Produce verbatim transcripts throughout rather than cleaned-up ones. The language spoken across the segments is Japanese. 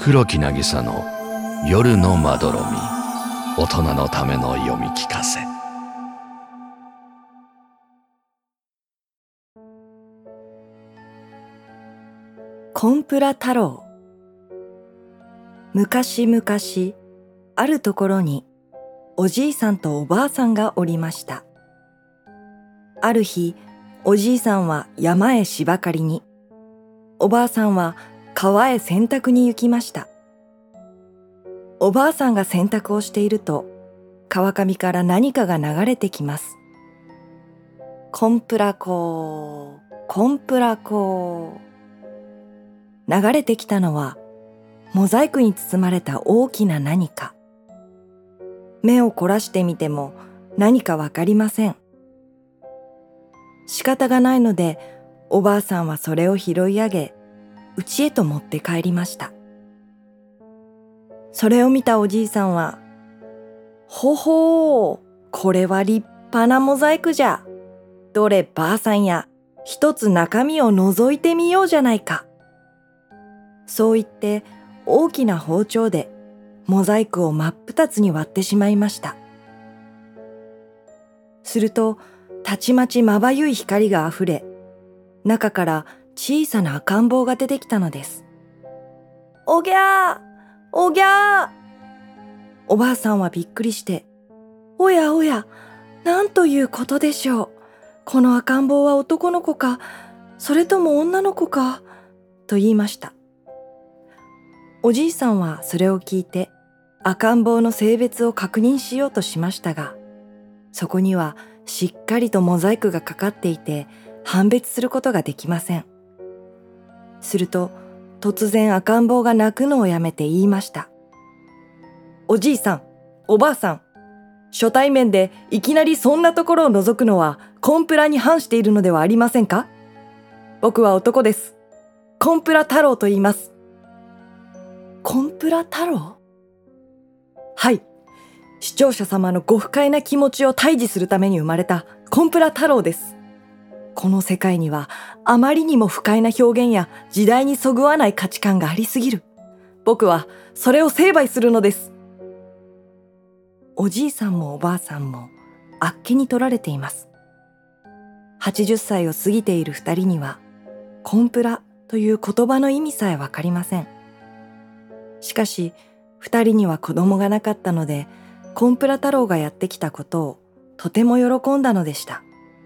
黒木渚の夜のまどろみ、大人のための読み聞かせ。 コンプラ太郎。昔々あるところにおじいさんとおばあさんがおりました。ある日、おじいさんは山へ芝刈りに、おばあさんは川へ洗濯に行きました。おばあさんが洗濯をしていると、川上から何かが流れてきます。コンプラコー、コンプラコー。流れてきたのは、モザイクに包まれた大きな何か。目を凝らしてみても何かわかりません。仕方がないので、おばあさんはそれを拾い上げ、家へと持って帰りました。それを見たおじいさんは、ほほー、これは立派なモザイクじゃ。どればあさんや、一つ中身を覗いてみようじゃないか。そう言って大きな包丁でモザイクを真っ二つに割ってしまいました。すると、たちまちまばゆい光があふれ、中から小さな赤ん坊が出てきたのです。おぎゃー、おぎゃー。おばあさんはびっくりして、おやおや、なんということでしょう。この赤ん坊は男の子か、それとも女の子か、と言いました。おじいさんはそれを聞いて赤ん坊の性別を確認しようとしましたが、そこにはしっかりとモザイクがかかっていて判別することができません。すると突然赤ん坊が泣くのをやめて言いました。おじいさん、おばあさん、初対面でいきなりそんなところを覗くのはコンプラに反しているのではありませんか？僕は男です。コンプラ太郎と言います。コンプラ太郎？はい。視聴者様のご不快な気持ちを退治するために生まれたコンプラ太郎です。この世界にはあまりにも不快な表現や時代にそぐわない価値観がありすぎる。僕はそれを成敗するのです。おじいさんもおばあさんもあっけに取られています。はちじゅっさいを過ぎている二人にはコンプラという言葉の意味さえわかりません。しかし、二人には子供がなかったので、コンプラ太郎がやってきたことをとても喜んだのでした。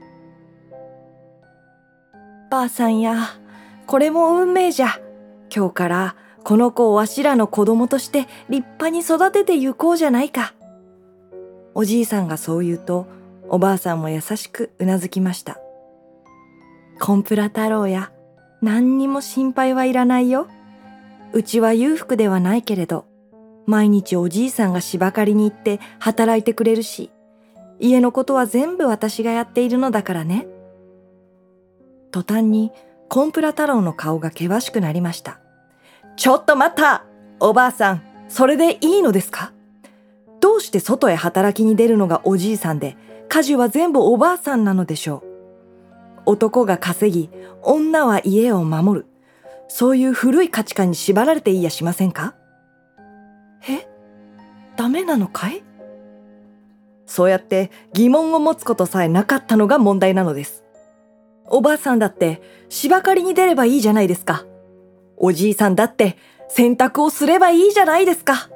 ばあさんや、これも運命じゃ。今日からこの子をわしらの子供として立派に育てて行こうじゃないか。おじいさんがそう言うと、おばあさんも優しくうなずきました。コンプラ太郎や、何にも心配はいらないよ。うちは裕福ではないけれど、毎日おじいさんが芝刈りに行って働いてくれるし、家のことは全部私がやっているのだからね。途端にコンプラ太郎の顔が険しくなりました。ちょっと待った！おばあさん、それでいいのですか？どうして外へ働きに出るのがおじいさんで、家事は全部おばあさんなのでしょう。男が稼ぎ、女は家を守る。そういう古い価値観に縛られていやしませんか？え？ダメなのかい？そうやって疑問を持つことさえなかったのが問題なのです。おばあさんだって芝刈りに出ればいいじゃないですか。おじいさんだって洗濯をすればいいじゃないですか。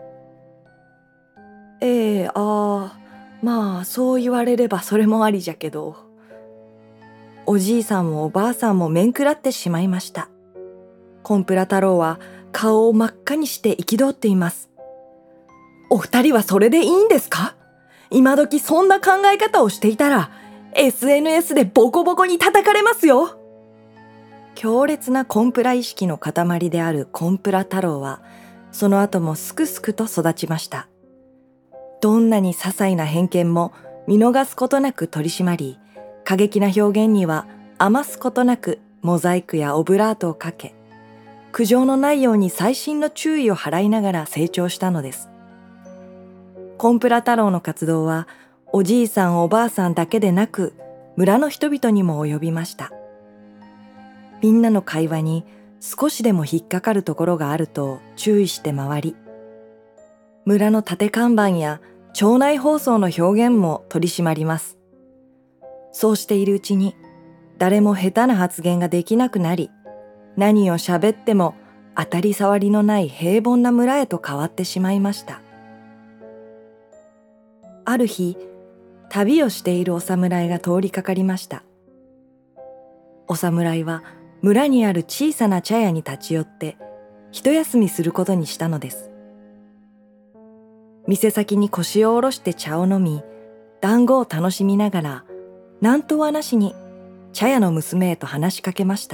ええ、ああ、まあそう言われればそれもありじゃけど。おじいさんもおばあさんも面食らってしまいました。コンプラ太郎は顔を真っ赤にして憤っています。お二人はそれでいいんですか？今時そんな考え方をしていたら エスエヌエス でボコボコに叩かれますよ。強烈なコンプラ意識の塊であるコンプラ太郎はその後もすくすくと育ちました。どんなに些細な偏見も見逃すことなく取り締まり、過激な表現には余すことなくモザイクやオブラートをかけ、苦情のないように細心の注意を払いながら成長したのです。コンプラ太郎の活動はおじいさんおばあさんだけでなく村の人々にも及びました。みんなの会話に少しでも引っかかるところがあると注意して回り、村の縦看板や町内放送の表現も取り締まります。そうしているうちに誰も下手な発言ができなくなり、何を喋っても当たり障りのない平凡な村へと変わってしまいました。ある日、旅をしているお侍が通りかかりました。お侍は村にある小さな茶屋に立ち寄って一休みすることにしたのです。店先に腰を下ろして茶を飲み、団子を楽しみながら、何とはなしに茶屋の娘へと話しかけました。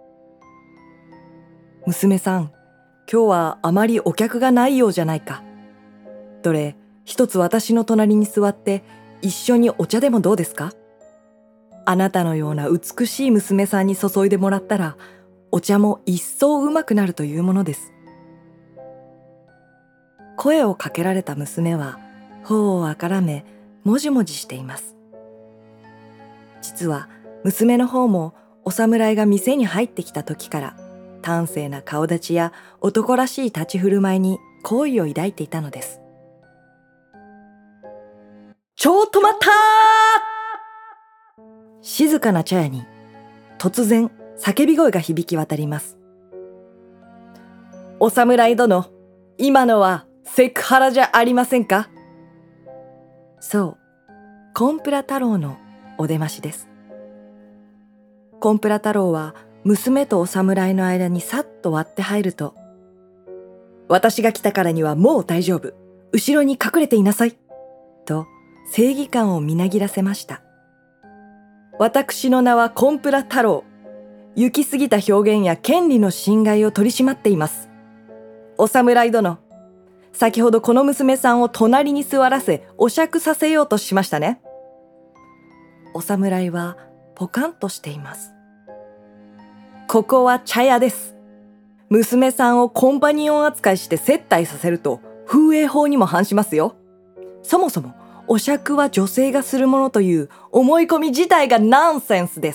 娘さん、今日はあまりお客がないようじゃないか。どれ、一つ私の隣に座って一緒にお茶でもどうですか？あなたのような美しい娘さんに注いでもらったら、お茶も一層うまくなるというものです。声をかけられた娘は頬をあからめ、もじもじしています。実は娘の方もお侍が店に入ってきた時から端正な顔立ちや男らしい立ち振る舞いに好意を抱いていたのです。ちょっと待ったー！静かな茶屋に突然叫び声が響き渡ります。お侍殿、今のはセクハラじゃありませんか？そう、コンプラ太郎のお出ましです。コンプラ太郎は娘とお侍の間にさっと割って入ると、私が来たからにはもう大丈夫、後ろに隠れていなさい、と正義感をみなぎらせました。私の名はコンプラ太郎。行き過ぎた表現や権利の侵害を取り締まっています。お侍殿、先ほどこの娘さんを隣に座らせお酌させようとしましたね。お侍はポカンとしています。ここは茶屋です。娘さんをコンパニオン扱いして接待させると風営法にも反しますよ。そもそもお酌は女性がするものという思い込み自体がナンセンスです。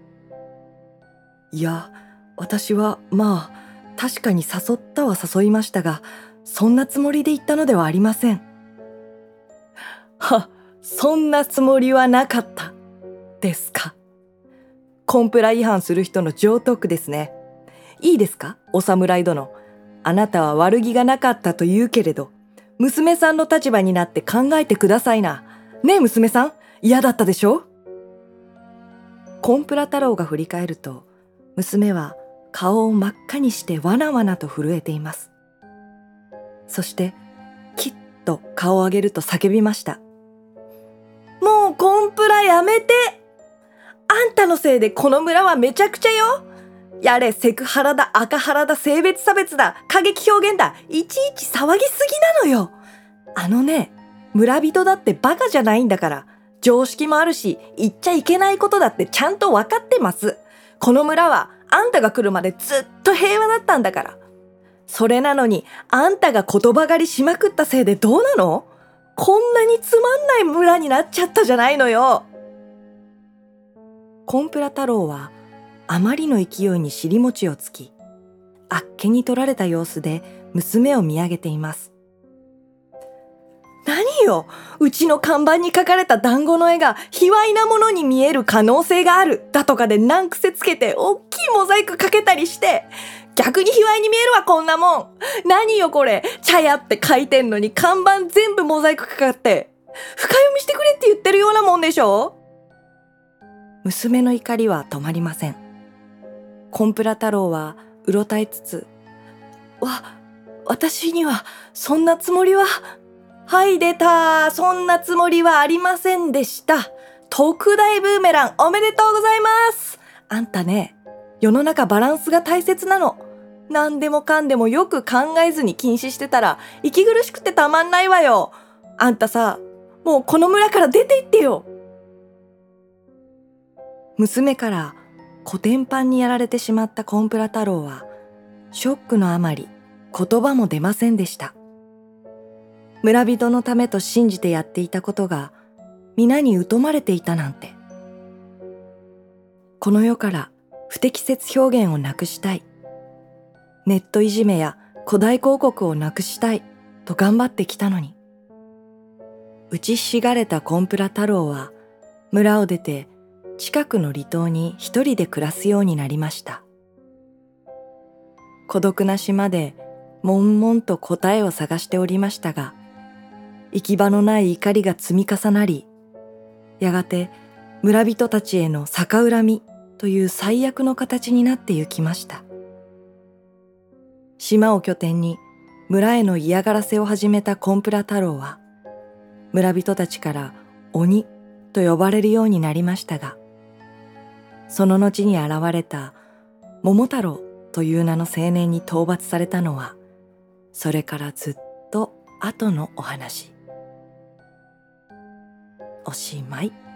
いや、私はまあ確かに誘ったは誘いましたが、そんなつもりで言ったのではありません。は、そんなつもりはなかったですか。コンプラ違反する人の常套句ですね。いいですか、お侍殿。あなたは悪気がなかったと言うけれど、娘さんの立場になって考えてくださいな。ねえ娘さん、嫌だったでしょ？コンプラ太郎が振り返ると、娘は顔を真っ赤にしてわなわなと震えています。そしてきっと顔を上げると叫びました。もうコンプラやめて！あんたのせいでこの村はめちゃくちゃよ。やれセクハラだ、赤ハラだ、性別差別だ、過激表現だ、いちいち騒ぎすぎなのよ。あのね、村人だってバカじゃないんだから、常識もあるし、言っちゃいけないことだってちゃんと分かってます。この村はあんたが来るまでずっと平和だったんだから。それなのにあんたが言葉狩りしまくったせいでどうなの？こんなにつまんない村になっちゃったじゃないのよ。コンプラ太郎はあまりの勢いに尻餅をつき、あっけに取られた様子で娘を見上げています。何よ、うちの看板に描かれた団子の絵が卑猥なものに見える可能性があるだとかで難癖つけて大きいモザイクかけたりして、逆に卑猥に見えるわこんなもん。何よこれ、茶屋って書いてんのに看板全部モザイクかかって深読みしてくれって言ってるようなもんでしょ。娘の怒りは止まりません。コンプラ太郎はうろたえつつ、わ、私にはそんなつもりは、はい出た、そんなつもりはありませんでした。特大ブーメランおめでとうございます。あんたね、世の中バランスが大切なの。何でもかんでもよく考えずに禁止してたら息苦しくてたまんないわよ。あんたさ、もうこの村から出て行ってよ。娘からコテンパンにやられてしまったコンプラ太郎はショックのあまり言葉も出ませんでした。村人のためと信じてやっていたことが皆に疎まれていたなんて。この世から不適切表現をなくしたい。 ネットいじめや古代広告をなくしたいと頑張ってきたのに、打ちひしがれたコンプラ太郎は村を出て近くの離島に一人で暮らすようになりました。孤独な島で悶々と答えを探しておりましたが、行き場のない怒りが積み重なり、やがて村人たちへの逆恨みという最悪の形になってゆきました。島を拠点に村への嫌がらせを始めたコンプラ太郎は、村人たちから鬼と呼ばれるようになりましたが、その後に現れた桃太郎という名の青年に討伐されたのは、それからずっと後のお話。おしまい。